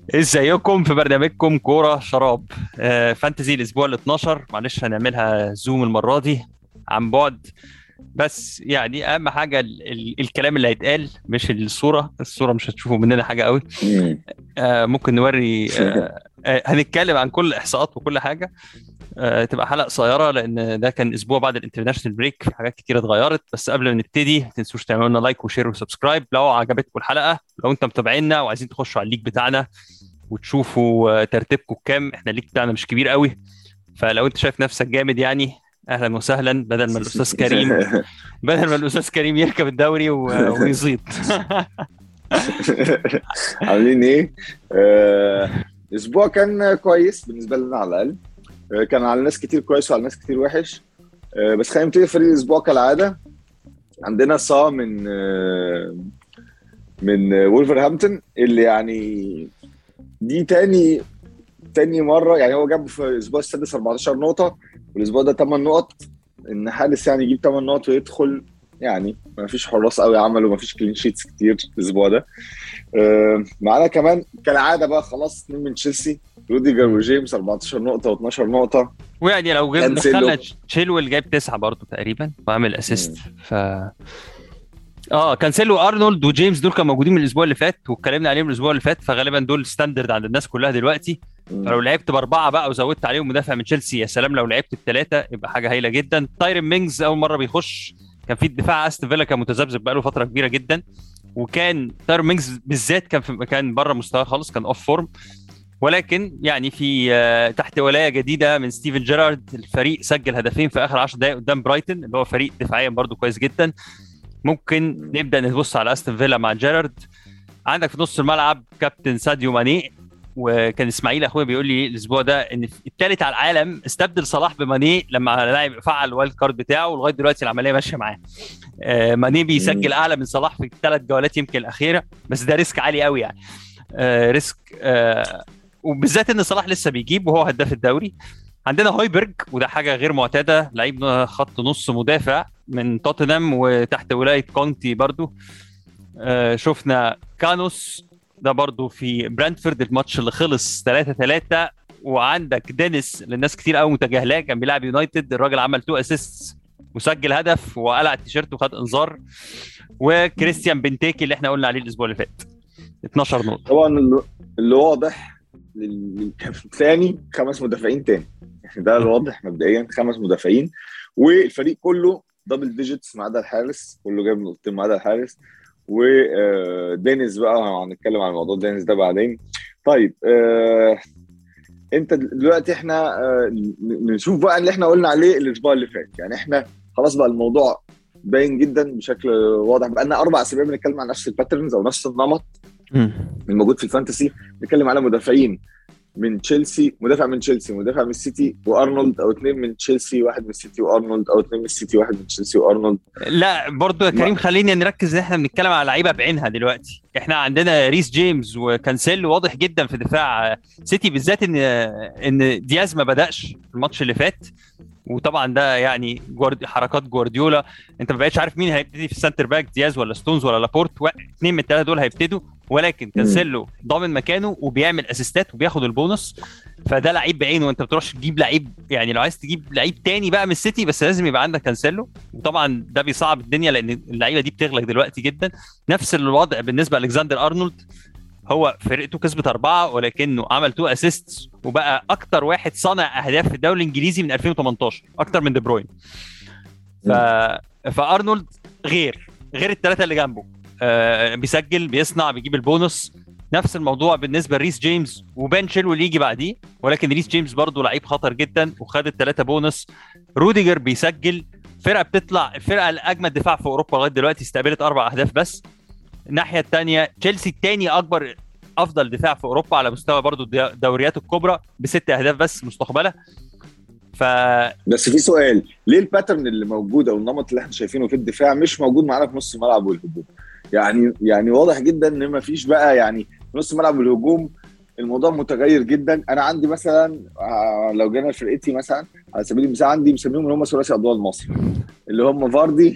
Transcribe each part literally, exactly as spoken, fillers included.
ازيكم في برنامجكم كورة شراب. آه، فانتزي الاسبوع ال اتناشر. معلش هنعملها زوم المرة دي عن بعد. بس يعني اهم حاجة ال ال الكلام اللي هيتقال مش الصورة. الصورة مش هتشوفوا مننا حاجة قوي. مم. آه، ممكن نوري. آه، آه، هنتكلم عن كل الاحصاءات وكل حاجة. آه، تبقى حلقة قصيرة لان ده كان اسبوع بعد الانترناشونال بريك، في حاجات كتير اتغيرت. بس قبل ما نبتدي ما تنسوش تعملوا لنا لايك وشير وسبسكرايب لو عجبتكم الحلقة. لو انتم متابعينا وعايزين تخشوا على الليك بتاعنا وتشوفوا آه، ترتيبكم كام. احنا الليك بتاعنا مش كبير قوي، فلو انت شايف نفسك جامد يعني اهلا وسهلا. بدل ما الاستاذ كريم بدل ما الاستاذ كريم يركب الدوري و- ويزيط. عاملين ايه؟ آه، اسبوع كان كويس بالنسبه لنا على الاقل. آه، كان على ناس كتير كويس وعلى ناس كتير وحش. آه، بس خلينا نبتدي فريق الاسبوع كالعاده. عندنا صا من آه، من وولفرهامبتون اللي يعني دي تاني تاني مره. يعني هو جاب في الاسبوع السادس اربعتاشر نقطه والاسبوع ده ثمانية نقط. ان حارس يعني يجيب ثمانية نقط ويدخل، يعني ما فيش حراس قوي عملوا، ما فيش كلين شيتس كتير الاسبوع ده. آه، معانا كمان كالعاده بقى خلاص اتنين من تشيلسي، روديجر مم. وجيمس اربعتاشر نقطه و12 نقطه. ويعني لو جبنا دخلنا كانسيلو. تشيلويل جايب تسعة برضه تقريبا وعامل اسيست. مم. ف اه كانسيلو وارنولد وجيمس دول كانوا موجودين من الاسبوع اللي فات واتكلمنا عليهم الاسبوع اللي فات، فغالبا دول ستاندرد عند الناس كلها دلوقتي. مم. فلو لعبت باربعه بقى وزودت عليهم مدافع من تشيلسي يا سلام. لو لعبت بثلاثه يبقى حاجه هايله جدا. تايرن مينجز اول مره بيخش. كان في الدفاع استون فيلا كان متذبذب بقاله فتره كبيره جدا، وكان تايرن مينجز بالذات كان في مكان بره مستواه خالص، كان اوف فورم. ولكن يعني في آه، تحت ولايه جديده من ستيفن جيرارد الفريق سجل هدفين في اخر عشر دقائق قدام برايتن اللي هو فريق دفاعيا برضو كويس جدا. ممكن مم. نبدا نبص على استون فيلا مع جيرارد. عندك في نص الملعب كابتن ساديو ماني. وكان اسماعيل اخويا بيقول لي الاسبوع ده ان الثالث على العالم استبدل صلاح بماني لما لاعب فعل الوايلد كارد بتاعه، ولغايه دلوقتي العمليه ماشيه معاه. آه، ماني بيسجل مم. اعلى من صلاح في الثلاث جولات يمكن الاخيره، بس ده ريسك عالي قوي يعني. آه، ريسك آه، وبالذات ان صلاح لسه بيجيب وهو هداف الدوري. عندنا هويبرج وده حاجه غير معتاده، لعيب خط نص مدافع من توتنهام وتحت ولايه كونتي برضو. آه، شفنا كانوس ده برضو في برانتفورد الماتش اللي خلص ثلاثة ثلاثة. وعندك دينيس اللي الناس كتير قوي متجاهلاه، كان بيلعب يونايتد، الراجل عمل تو اسيستس وسجل هدف وقلع التيشيرت وخد انذار. مم. وكريستيان بنتيكي اللي احنا قلنا عليه الاسبوع اللي فات اتناشر نقطة. طبعا اللي اللي واضح لل- كان ثاني خمس مدافعين تاني. يعني ده الواضح مبدئيا خمس مدافعين، والفريق كله دبل ديجيتس ما عدا الحارس، كله جاب نقطتين ما عدا الحارس. ودينيس بقى هنتكلم عن موضوع دينيس ده بعدين. طيب آه انت دلوقتي احنا آه ن- نشوف بقى اللي احنا قلنا عليه الاسبوع اللي فات. يعني احنا خلاص بقى الموضوع باين جدا بشكل واضح، بقى لنا اربع اسابيع بنتكلم عن نفس الباترنز او نفس النمط مم. الموجود في الفانتسي. بنتكلم على مدافعين من تشيلسي، مدافع من تشيلسي، مدافع من السيتي وارنولد، او اثنين من تشيلسي واحد من السيتي وارنولد، او اثنين من السيتي واحد من تشيلسي وارنولد. لا برضو يا ما كريم خلينا نركز ان احنا بنتكلم على لعيبه بعينها دلوقتي. احنا عندنا ريس جيمس وكانسيلو واضح جدا في دفاع سيتي، بالذات ان ان دياز ما بدأش الماتش اللي فات. وطبعا ده يعني جوارد حركات جوارديولا. انت ما بقتش عارف مين هيبتدي في السنتر باك، دياز ولا ستونز ولا لابورت. اثنين من الثلاثه دول هيبتدوا، ولكن مم. كانسيلو ضامن مكانه وبيعمل اسيستات وبياخد البونص. فده لعيب بعينه، وانت بتروحش تجيب لعيب. يعني لو عايز تجيب لعيب تاني بقى من السيتي بس لازم يبقى عندك كانسيلو. وطبعا ده بيصعب الدنيا لان اللعيبه دي بتغلق دلوقتي جدا. نفس الوضع بالنسبه لالكسندر ارنولد. هو فرقته كسبت أربعة ولكنه عمل تو اسيستس وبقى أكتر واحد صنع أهداف في الدوري الإنجليزي من ألفين وتمنتاشر، أكتر من دي بروين. ف... مم. فأرنولد غير غير الثلاثة اللي جنبه. آه بيسجل بيصنع بيجيب البونص. نفس الموضوع بالنسبة لريس جيمس وبن شيلويل اللي يجي بعديه، ولكن ريس جيمس برضه لعيب خطر جدا وخد الثلاثة بونص. روديجر بيسجل. فرقة بتطلع الفرقة الأجمد دفاع في أوروبا لغاية دلوقتي، استقبلت أربع أهداف بس. الناحيه الثانيه تشيلسي الثاني اكبر افضل دفاع في اوروبا على مستوى برضو الدوريات الكبرى بست اهداف بس مستقبله. ف بس في سؤال، ليه الباترن اللي موجود او النمط اللي احنا شايفينه في الدفاع مش موجود معانا في نص الملعب والهجوم؟ يعني يعني واضح جدا ان ما فيش بقى، يعني في نص الملعب والهجوم الموضوع متغير جدا. انا عندي مثلا آه، لو جينا فرقتي مثلا على سبيل المثال عندي مسميهم ان هم ثلاثي اضواء المصري، اللي هم فاردي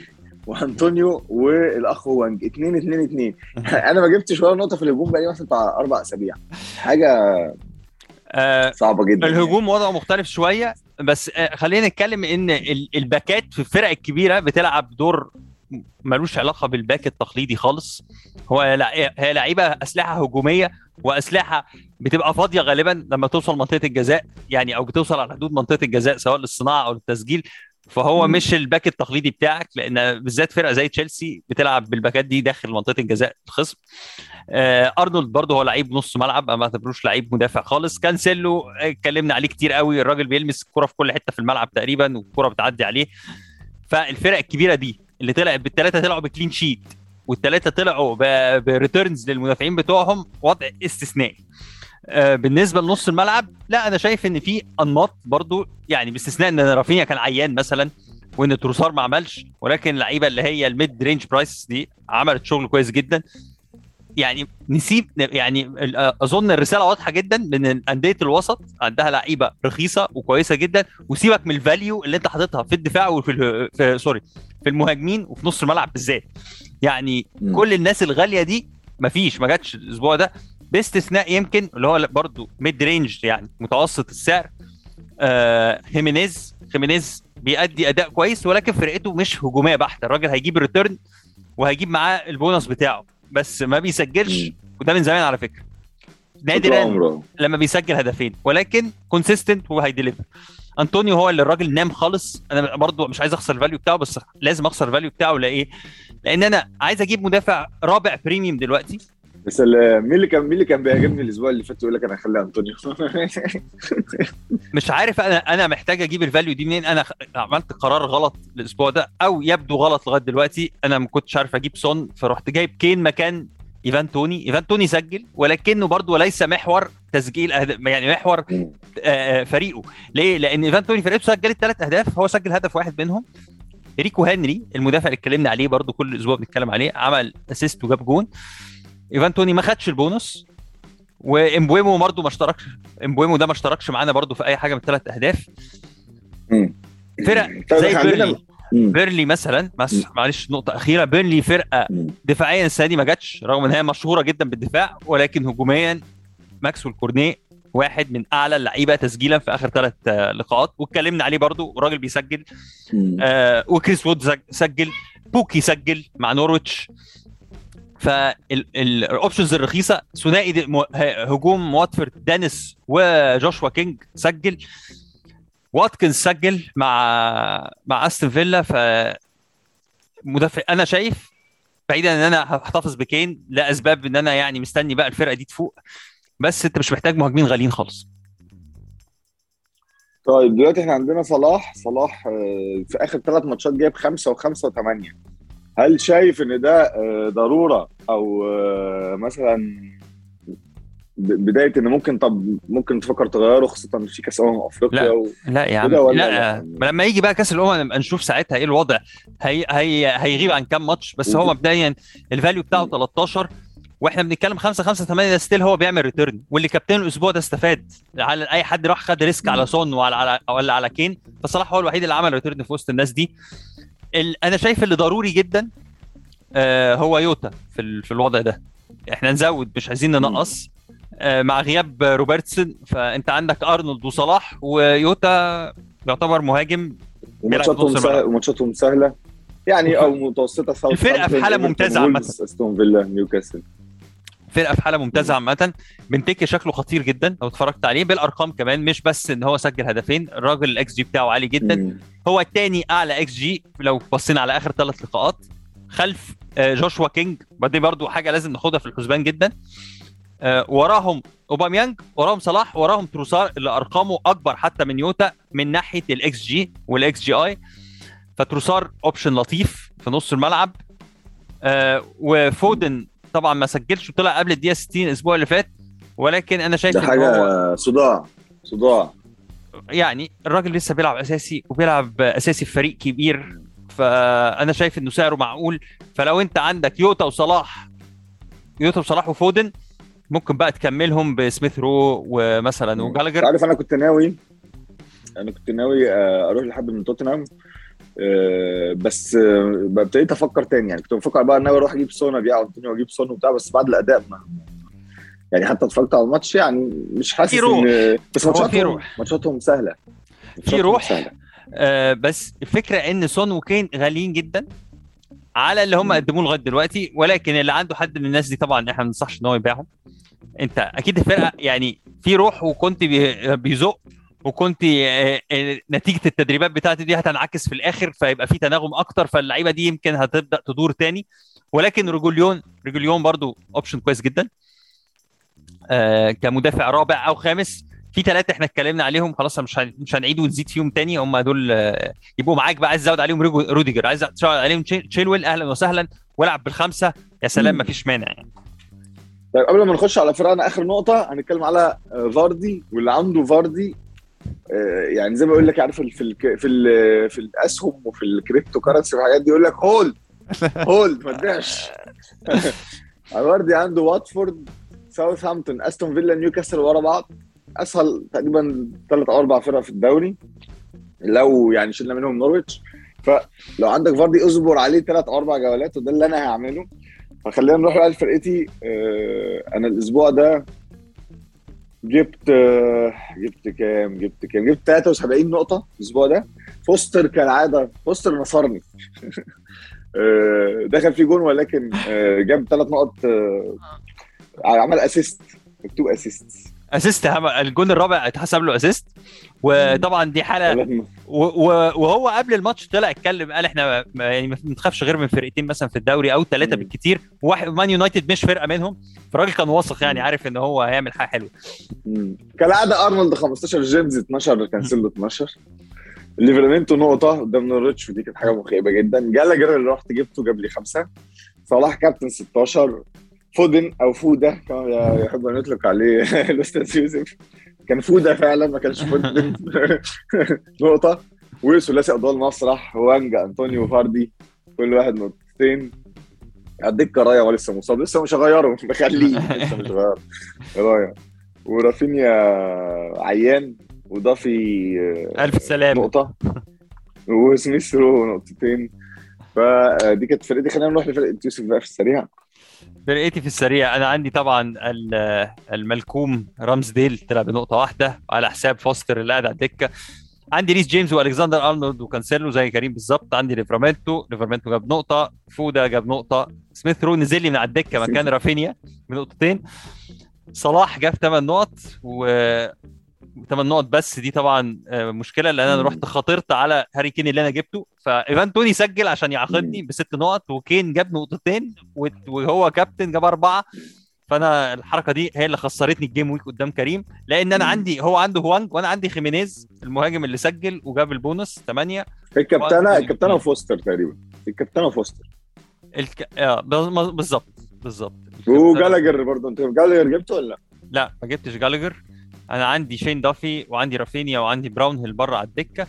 وانطونيو والاخ وانج اتنين اتنين اتنين. انا ما جبتش ولا نقطه في الهجوم بقى لي مثلا بتاع اربع اسابيع، حاجه آه صعبه جدا. الهجوم وضعه مختلف شويه، بس آه خلينا نتكلم ان ال- الباكات في الفرق الكبيره بتلعب دور ملوش علاقه بالباك التقليدي خالص. هو لع- هي لعيبه اسلحه هجوميه، واسلحه بتبقى فاضيه غالبا لما توصل منطقه الجزاء، يعني او بتوصل على حدود منطقه الجزاء سواء للصناعه او للتسجيل. فهو مم. مش الباك التقليدي بتاعك، لان بالذات فرقه زي تشيلسي بتلعب بالباكات دي داخل منطقه الجزاء الخصم. آه ارنولد برضه هو لعيب نص ملعب، ما اعتبروش لعيب مدافع خالص. كانسيلو آه، اتكلمنا عليه كتير قوي، الراجل بيلمس الكره في كل حته في الملعب تقريبا والكره بتعدي عليه. فالفرق الكبيره دي اللي طلعت بالثلاثه طلعوا بكلين شيت، والثلاثه طلعوا ب- بريتيرنز للمدافعين بتوعهم، وضع استثنائي. آه، بالنسبه لنص الملعب، لا انا شايف ان في انماط برضو، يعني باستثناء ان رافينيا كان عيان مثلا، وان تروسار ما عملش، ولكن اللعيبه اللي هي الميد رينج برايس دي عملت شغل كويس جدا. يعني نسيب يعني ال- اظن الرساله واضحه جدا من انديه الوسط، عندها لعيبه رخيصه وكويسه جدا، وسيبك من الفاليو اللي انت حاططها في الدفاع وفي اله- في سوري في المهاجمين وفي نص الملعب بالذات. يعني مم. كل الناس الغاليه دي مفيش ما جاتش الاسبوع ده، باستثناء يمكن اللي هو برضو ميد رينج يعني متوسط السعر. آه خيمينيز خيمينيز بيأدي اداء كويس، ولكن فرقته مش هجوميه بحته. الراجل هيجيب الريتيرن وهيجيب معاه البونص بتاعه، بس ما بيسجلش، مم. وده من زمان على فكره. طول نادرا عمره. لما بيسجل هدفين، ولكن كونسيستنت وهيديليفر. انطونيو هو اللي الراجل نام خالص. انا برضو مش عايز اخسر الفاليو بتاعه، بس لازم اخسر الفاليو بتاعه. لايه؟ لان انا عايز اجيب مدافع رابع بريميوم دلوقتي. بس ال- مين اللي كان مين اللي كان بيهاجمني الاسبوع اللي فات يقول لك انا هخلي انطونيو؟ مش عارف انا انا محتاج اجيب الفاليو دي منين. انا خ- عملت قرار غلط الاسبوع ده، او يبدو غلط لغايه دلوقتي. انا ما كنتش عارف اجيب سون، فرحت جايب كين مكان ايفان توني. ايفان توني سجل، ولكنه برضه ليس محور تسجيل أهداف، يعني محور مم. آه، فريقه. ليه؟ لان ايفان توني فرقته سجلت ثلاث اهداف، هو سجل هدف واحد منهم. ريكو هنري المدافع اللي اتكلمنا عليه برضه كل اسبوع بنتكلم عليه، عمل اسيست وجاب جون. ايفان توني ما خدش البونص، وامبويمو برضه ما اشتركش. امبويمو ده ما اشتركش معانا برضه في اي حاجه من الثلاث اهداف. مم. فرق طيب زي احنا عندنا بيرلي مم. بيرلي مثلا، بس معلش نقطه اخيره، بيرلي فرقه مم. دفاعيا السنه دي ما جاتش، رغم ان هي مشهوره جدا بالدفاع، ولكن هجوميا ماكسويل كورنيه واحد من اعلى اللعيبه تسجيلا في اخر ثلاث لقاءات، واتكلمنا عليه برضو، وراجل بيسجل. مم. آه وكريس وود زج- سجل، بوكي سجل مع نورويتش. فالاوبشنز الرخيصه ثنائي دي- م- ه- هجوم واتفورد، دانيس وجوشوا كينج سجل، واتكنز سجل مع مع استون فيلا. ف مدافع انا شايف، بعيدا ان انا هحتفظ بكين لاسباب ان انا يعني مستني بقى الفرقه دي تفوق، بس انت مش محتاج مهاجمين غاليين خالص. طيب دلوقتي احنا عندنا صلاح صلاح آه، في اخر ثلاث ماتشات جايب خمسه وخمسه وثمانيه. هل شايف ان ده آه، ضروره او آه، مثلا ب- بدايه ان ممكن طب ممكن تفكر تغيره، خاصه في كاس امم افريقيا لا و- لا يا عم كده ولا لا، لا؟ ما لما يجي بقى كاس الامم نبقى نشوف ساعتها ايه الوضع. هي هي هيغيب عن كام ماتش، بس هو وت- مبدئيا الفاليو بتاعه تلتاشر، واحنا بنتكلم خمسة خمسة ثمانية، ده ستيل هو بيعمل ريتيرن، واللي كابتن الاسبوع ده استفاد على اي حد راح خد ريسك على سون وعلى على ولا على كين. فصلاح هو الوحيد اللي عمل ريتيرن في وسط الناس دي. ال... انا شايف اللي ضروري جدا آه هو يوتا في ال... في الوضع ده. احنا نزود مش عايزين ننقص. آه مع غياب روبرتسون، فانت عندك ارنولد وصلاح ويوتا، يعتبر مهاجم بيلعب في وماتشاتهم نص سهل الملعب. وماتشاتهم سهله يعني، وف- او متوسطه. الفرقه في حاله ممتازه عامه. استون فيلا، نيوكاسل. فرقه في حاله ممتازه عامه. بنتيكي شكله خطير جدا لو اتفرجت عليه بالارقام كمان، مش بس ان هو سجل هدفين، الراجل الاكس جي بتاعه عالي جدا. مم. هو الثاني اعلى اكس جي لو بصينا على اخر ثلاث لقاءات، خلف آه، جوشوا كينج. دي برضو حاجه لازم ناخدها في الحسبان جدا. آه، وراهم اوباميانج، وراهم صلاح، وراهم تروسار اللي ارقامه اكبر حتى من يوتا من ناحيه الاكس جي والاكس جي اي. فتروسار اوبشن لطيف في نص الملعب. آه، وفودن طبعا ما سجلش وطلع قبل الدقيقه ستين الاسبوع اللي فات، ولكن انا شايف ده ان حاجه هو صداع صداع. يعني الراجل لسه بيلعب اساسي، وبيلعب اساسي في فريق كبير، فانا شايف انه سعره معقول. فلو انت عندك يوتا وصلاح، يوتا وصلاح وفودن، ممكن بقى تكملهم بسميث رو ومثلا مم. وجالجر. عارف انا كنت ناوي انا كنت ناوي آه، اروح لحد من توتنهام آه، بس آه، ابتديت افكر تاني، يعني كنت بفكر بقى ان انا اروح اجيب سون ابيع انطونيو واجيب سون وبتاع، بس بعد الاداء ما يعني حتى اتفرجت على الماتش يعني مش في حاسس ان، روح، بس هو في ماتشاتهم روح ماتشاتهم سهله، في ماتشاتهم روح سهله. آه بس الفكره ان سون وكين غاليين جدا على اللي هم مم. قدموه لغايه دلوقتي، ولكن اللي عنده حد من الناس دي طبعا احنا ما بننصحش ان هو يبيعهم. انت اكيد الفرقه يعني في روح، وكنت بي- بيزق، وكنت آه، آه، نتيجه التدريبات بتاعتي دي هتنعكس في الاخر، فيبقى في تناغم اكتر، فاللعيبه دي يمكن هتبدا تدور تاني. ولكن ريجوليون ريجوليون برضو اوبشن كويس جدا آه، كمدافع رابع او خامس. في ثلاثه احنا اتكلمنا عليهم خلاص، مش هن- مش هنعيد ونزيد فيهم تاني، هم دول آه، يبقوا معاك بقى. عايز تزود عليهم ريجو- روديجر، عايز تزود عليهم تشي- تشيلويل، اهلا وسهلا، والعب بالخمسه، يا سلام، مم. مفيش مانع يعني. طيب قبل ما نخش على فرقنا، اخر نقطه هنتكلم على آه، فاردي، واللي عنده فاردي آه، يعني زي ما بقول لك، عارف في ال في ال في الاسهم وفي الكريبتو كارنسي والحاجات دي، يقول لك هولد هولد ما تبيعش. فاردي عنده واتفورد، ساوثهامبتون، استون فيلا، نيوكاسل ورا بعض، اسهل تقريبا ثلاث او اربع فرق في الدوري لو يعني شلنا منهم نورويتش. فلو عندك فاردي اصبر عليه ثلاث او اربع جولات، وده اللي انا هعمله. فخلينا نروح بقى لفرقتي. آه، انا الاسبوع ده جبت آه، جبت كام جبت كام جبت ثلاثة وسبعين نقطة الاسبوع ده. فوستر كالعادة، فوستر نصرني. آه، دخل في جون، ولكن آه، جاب ثلاث نقط، آه، عمل اسيست، مكتوب اسيست. اسيست، الجون الرابع اتحسب له اسيست. وطبعا دي حاله و- و- وهو قبل الماتش طلع اتكلم، قال احنا ما يعني ما بنخافش غير من فرقتين مثلا في الدوري او ثلاثه بالكتير، وواحد مان يونايتد مش فرقه منهم. فالراجل كان واثق يعني، عارف ان هو هيعمل حاجه حلوه. كالعاده ارنولد خمستاشر، جيمس اتناشر، كانسيلو اتناشر، ليفرمنتو نقطه قدام نوريتش، ودي كانت حاجه مخيبه جدا. جالاجر اللي رحت جبته جاب لي خمسه. صلاح كابتن ستاشر. فودن او فوده كما يحب ان يطلق عليه الاستاذ يوسف، كان فوده فعلا ما كانش فودن. نقطه. وثلاثي اضواء المسرح، وانجا، انطونيو، فاردي، كل واحد نقطتين. اديك رايا ولسه مصاب، لسه مش هغيره، بخليه لسه مش هغيره رايا. ورافينيا عيان وضافي الف سلامه. نقطه، وسميث رو نقطتين. فدي كانت فرقتي. خلينا نروح لفرقه يوسف بقى في السريع. فرقتي في السريع، انا عندي طبعا ال- الملكوم رامزديل طلع بنقطه واحده على حساب فوستر اللي قاعد على الدكه. عندي ريس جيمس والكسندر ارنولد وكانسيلو زي كريم بالظبط. عندي ليفرامنتو ليفرامنتو جاب نقطه، فودا جاب نقطه، سميث رو نزل لي من على الدكه مكان رافينيا بنقطتين. صلاح جاب ثمان نقط، و ثمان نقط بس دي طبعا آه، مشكله، لان انا رحت خاطرت على هاري كين اللي انا جبته، فايفان توني سجل عشان يعاقبني بست نقط، وكين جاب نقطتين، وهو كابتن جاب اربعه. فانا الحركه دي هي اللي خسرتني الجيم ويك قدام كريم، لان انا عندي هو عنده هوانج وانا عندي خيمينيز المهاجم اللي سجل وجاب البونص ثمانية. الكابتنه الكابتنه فوستر تقريبا، الكابتنه فوستر. الك... آه بالظبط بالظبط. وجالاجر برضه، انت جالاجر جبته ولا لا؟ لا ما جبتش جالجر. انا عندي شين دافي وعندي رافينيا وعندي براون هيل بره على الدكه.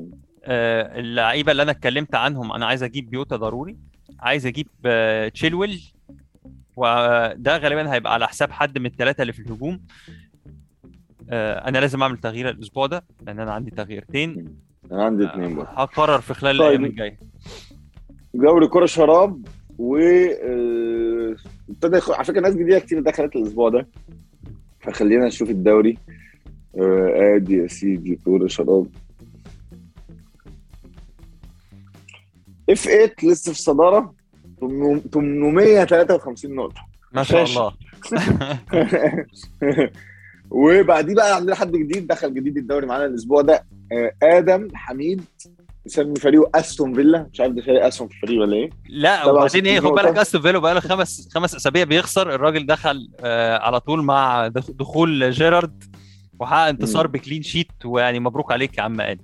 آه اللعيبه اللي انا اتكلمت عنهم، انا عايز اجيب بيوتا ضروري، عايز اجيب آه تشيلويل، وده غالبا هيبقى على حساب حد من الثلاثه اللي في الهجوم. آه انا لازم اعمل تغيير الاسبوع ده لان انا عندي تغييرتين. انا عندي اثنين برضه هقرر في خلال طيب. الايام الجايه. دوري كرة شراب، و آه، ابتدى يخ... على فكره ناس جديده كتير دخلت الاسبوع ده، فخلينا نشوف الدوري. آه، ادي يا سيدي كرة شراب. اف ثمانية لسه في الصداره، ثمانمية وثلاثة وخمسين نقطه، ما شاء الله. وبعديه بقى عندنا حد جديد دخل جديد الدوري معانا الاسبوع ده، آه، ادم حميد، يسمي فريقه استون فيلا، مش عارف ده فريق استون في فريق ولا ايه. لا وبعدين ايه، خد بالك استون فيلا بقى له خمس خمس اسابيع بيخسر. الراجل دخل آه على طول مع دخول جيرارد وحقق انتصار بكلين شيت، ويعني مبروك عليك يا عم ادم.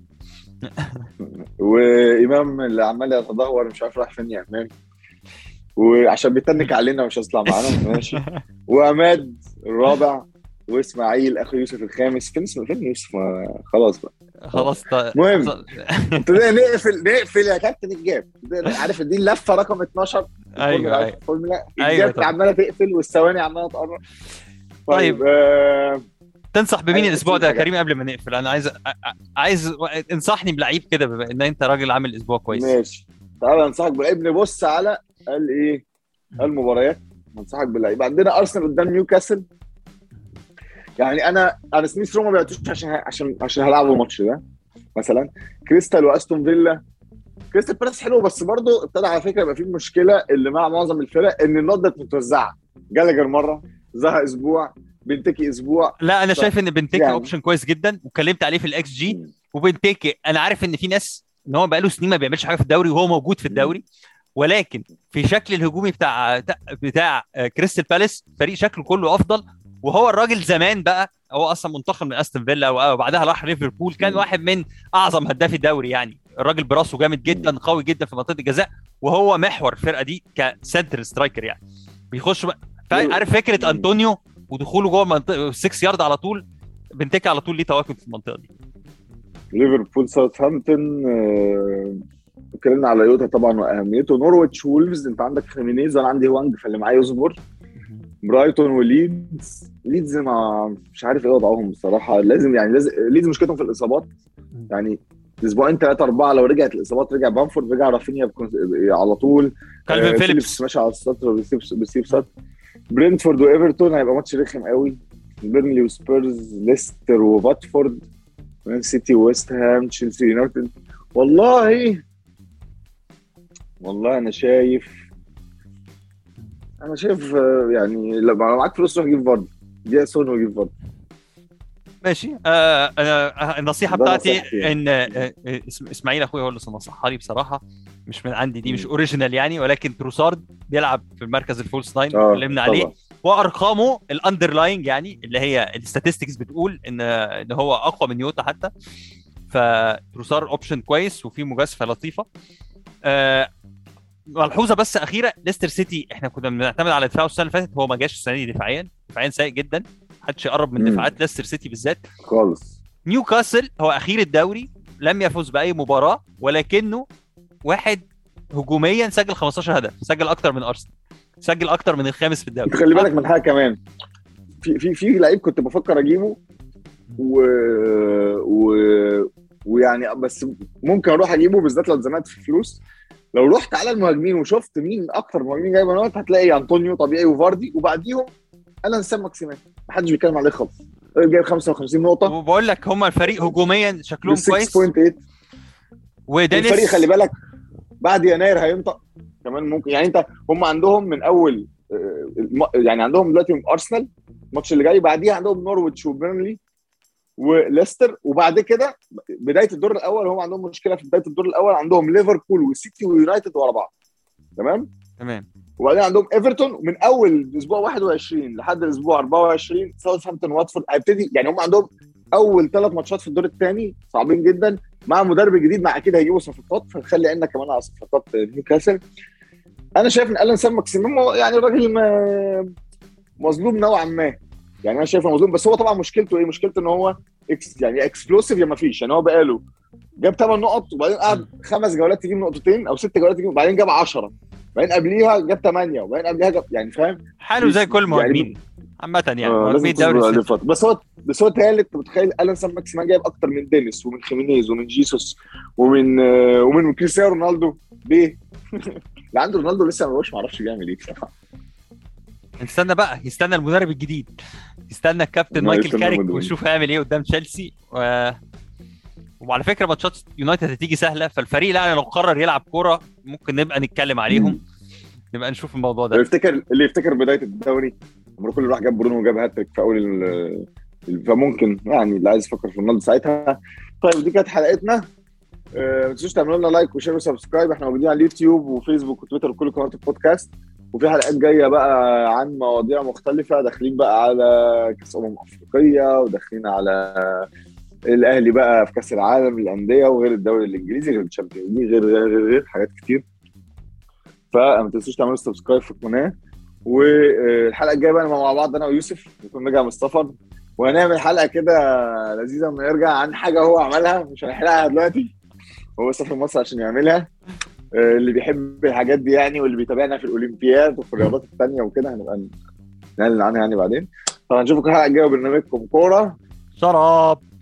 وامام اللي عمال يتدهور مش عارف راح فين يا امام، وعشان بيتنك علينا مش هيطلع معانا ماشي. وعماد الرابع، واسماعيل اخو يوسف الخامس. فين اسمه فين يوسف؟ خلاص بقى خلاص. المهم ابتدينا نقفل نقفل يا كابتن الجاب. عارف دي اللفه رقم اتناشر. ايوه ايوه الفورمولا الجاب عماله تقفل والثواني عماله تقرب. طيب آه تنصح بمين عايز الاسبوع تشوف ده يا حاجة. كريم قبل ما نقفل؟ انا عايز أ- أ- عايز انصحني بلعيب كده بما ان انت راجل عامل اسبوع كويس. ماشي، تعالى انصحك بلعيب. نبص على قال ايه المباريات، انصحك بلعيب. عندنا ارسنال قدام نيوكاسل. يعني انا انا سميث رو ما بعتوش عشان عشان عشان هلعبوا الماتش ده مثلا. كريستال واستون فيلا. كريستال بالاس حلو، بس برضه ابتدى على فكره يبقى في مشكله اللي مع معظم الفرق، ان النقط متوزعه. جالاجر مره، زها اسبوع، بنتكي اسبوع. لا انا ف شايف ان بنتيكي يعني اوبشن كويس جدا، واتكلمت عليه في الاكس جي. وبنتيكي انا عارف ان في ناس ان هو بقاله سنين ما بيعملش حاجه في الدوري وهو موجود في الدوري، ولكن في شكل الهجومي بتاع بتاع كريستال بالاس فريق شكله كله افضل. وهو الراجل زمان بقى هو اصلا منتقل من استون فيلا وبعدها راح ليفربول، كان واحد من اعظم هدافي الدوري. يعني الراجل براسه جامد جدا، قوي جدا في منطقه الجزاء، وهو محور الفرقه دي كسنتر سترايكر يعني. بيخش بقى عارف فكره انطونيو ودخوله جوه منطقه ستة يارد على طول. بنتكي على طول ليه تواجد في المنطقه دي. ليفربول ساوثهامبتون. آه، اتكلمنا على يوتا طبعا واهميته. نورويتش وولفز، انت عندك خيمينيز وانا عندي وانج، فاللي معايا يصبر. برايتون وليدز. ليدز ما مش عارف ايه وضعهم بصراحه. لازم يعني لازم ليدز مشكلتهم في الاصابات. يعني اسبوعين ثلاثه اربعه لو رجعت الاصابات، رجع بامفورد، رجع رافينيا بكون... على طول. كالفين آه فيليبس فيليبس ماشي على السطر وبيسيب بيسيب سطر. برينتفورد وايفرتون هيبقى ماتش رخم قوي. بيرنلي وسبيرز، ليستر وفاتفورد، مان سيتي وويست هام، تشيلسي يونايتد. والله والله انا شايف انا شايف آه، يعني لو معاك فلوس روح جيب فاردي. دي سون وجيب فاردي. ماشي. آه انا النصيحه ده بتاعتي نصيحتي يعني. ان آه آه، اسم- اسماعيل اخويا هو اللي نصحها لي بصراحه، مش من عندي دي، مش مم. اوريجينال يعني، ولكن تروسارد بيلعب في المركز الفولس ناين اه اتكلمنا عليه. طبعا. وارقامه الاندرلاينج يعني اللي هي الستاتستكس بتقول ان ان هو اقوى من يوتا حتى. فتروسار اوبشن كويس وفي مجازفه لطيفه. آه ملحوظه بس اخيره، ليستر سيتي احنا كنا بنعتمد على دفاعه السنه اللي فاتت، هو ما جاش السنه دي دفاعيا، دفاعيا سيء جدا، محدش يقرب من مم. دفاعات ليستر سيتي بالذات. خالص. نيوكاسل هو اخير الدوري، لم يفز باي مباراه، ولكنه واحد هجوميا سجل خمستاشر هدف، سجل اكتر من ارسنال، سجل اكتر من الخامس في الدوري. انت خلي بالك من حاجه كمان. في في في لعيب كنت بفكر اجيبه و... و... ويعني بس ممكن اروح اجيبه بالذات لو اتزنقت في فلوس. لو رحت على المهاجمين وشفت مين اكتر مهاجمين جايبه نقط، هتلاقي انطونيو طبيعي وفاردي، وبعديهم انا انسان ماكسيمان محدش بيتكلم عليه خالص. الراجل جايب خمسة وخمسين نقطه وبقول لك هم الفريق هجوميا شكلهم كويس. ستة فاصلة ثمانية. ودينيس الفريق خلي بالك بعد يناير هينطق كمان ممكن. يعني انت هم عندهم من اول آه، الم- يعني عندهم دلوقتي ارسنال الماتش اللي جاي، بعديها عندهم نورويتش وبيرنلي وليستر، وبعد كده بدايه الدور الاول هم عندهم مشكله في بدايه الدور الاول، عندهم ليفربول وسيتي ويونايتد ورا بعض. تمام. تمام. وبعدين عندهم ايفرتون من اول اسبوع واحد وعشرين لحد الاسبوع اربعة وعشرين ساوثهامبتون واتفورد. هيبتدي يعني هم عندهم اول ثلاث ماتشات في الدور الثاني صعبين جدا مع مدرب جديد، مع اكيد هيجيبوا صفقات، فنخلي عيننا كمان على صفقات نيوكاسل. انا شايف ان الان سام ماكسيمم يعني الراجل ما- مظلوم نوعا ما. يعني انا شايفه مظلوم، بس هو طبعا مشكلته ايه؟ مشكلته ان هو اكس يعني اكسبلوسيف يا ما فيش. يعني هو بقاله جاب ثمان نقط، وبعدين قعد خمس جولات يجيب نقطتين او ست جولات يجيب، وبعدين جاب عشرة، بعدين قبليها جاب ثمانية، وبعدين قبليها جاب يعني فاهم حاله زي كل يعني المهاجمين عامه يعني آه مهاجمين لازم الدوري تصبر عليه السنة. فتره. بس هو بس هو ثالث. متخيل الان سام ماكسيمان جايب اكتر من دينيس ومن خيمينيز ومن جيسوس ومن آه ومن كريستيانو رونالدو ليه؟ اللي عنده رونالدو لسه ما بقاش، ما اعرفش بيعمل ايه بصراحه. نستنى بقى، يستنى المدرب الجديد، يستنى الكابتن ما مايكل يستنى كاريك المدرب. ويشوف هيعمل ايه قدام تشيلسي. و... وعلى فكره ماتشات يونايتد هتيجي سهله، فالفريق لا لو قرر يلعب كوره ممكن نبقى نتكلم عليهم، نبقى نشوف الموضوع اللي ده. يفتكر اللي يفتكر بدايه الدوري لما كل راح جاب برونو وجاب هاتريك في اول ال- ال- فممكن يعني اللي عايز يفكر في رونالدو ساعتها. طيب دي كانت حلقتنا. آه، ما تنسوش تعملوا لنا لايك وشير وسبسكرايب. احنا موجودين على اليوتيوب وفيسبوك وتويتر وكل قنوات البودكاست، وفي حلقات جايه بقى عن مواضيع مختلفه. داخلين بقى على كاس امم افريقيه، وداخلين على الاهلي بقى في كاس العالم للانديه، وغير الدوري الانجليزي، غير الشامبيونز ليج، غير غير غير غير حاجات كتير. فما تنسوش تعملوا سبسكرايب في القناه. والحلقه الجايه بقى مع بعض انا ويوسف نكون رجع من السفر، وهنعمل حلقه كده لذيذه لما يرجع عن حاجه هو عملها مش هنحرقها دلوقتي. هو سافر مصر عشان يعملها. اللي بيحب الحاجات دي يعني، واللي بيتابعنا في الاولمبياد وفي الرياضات الثانيه وكده، هنبقى نعلن عنها يعني بعدين. فهنشوفكم الحلقه الجايه وبرنامجكم كوره. شراب.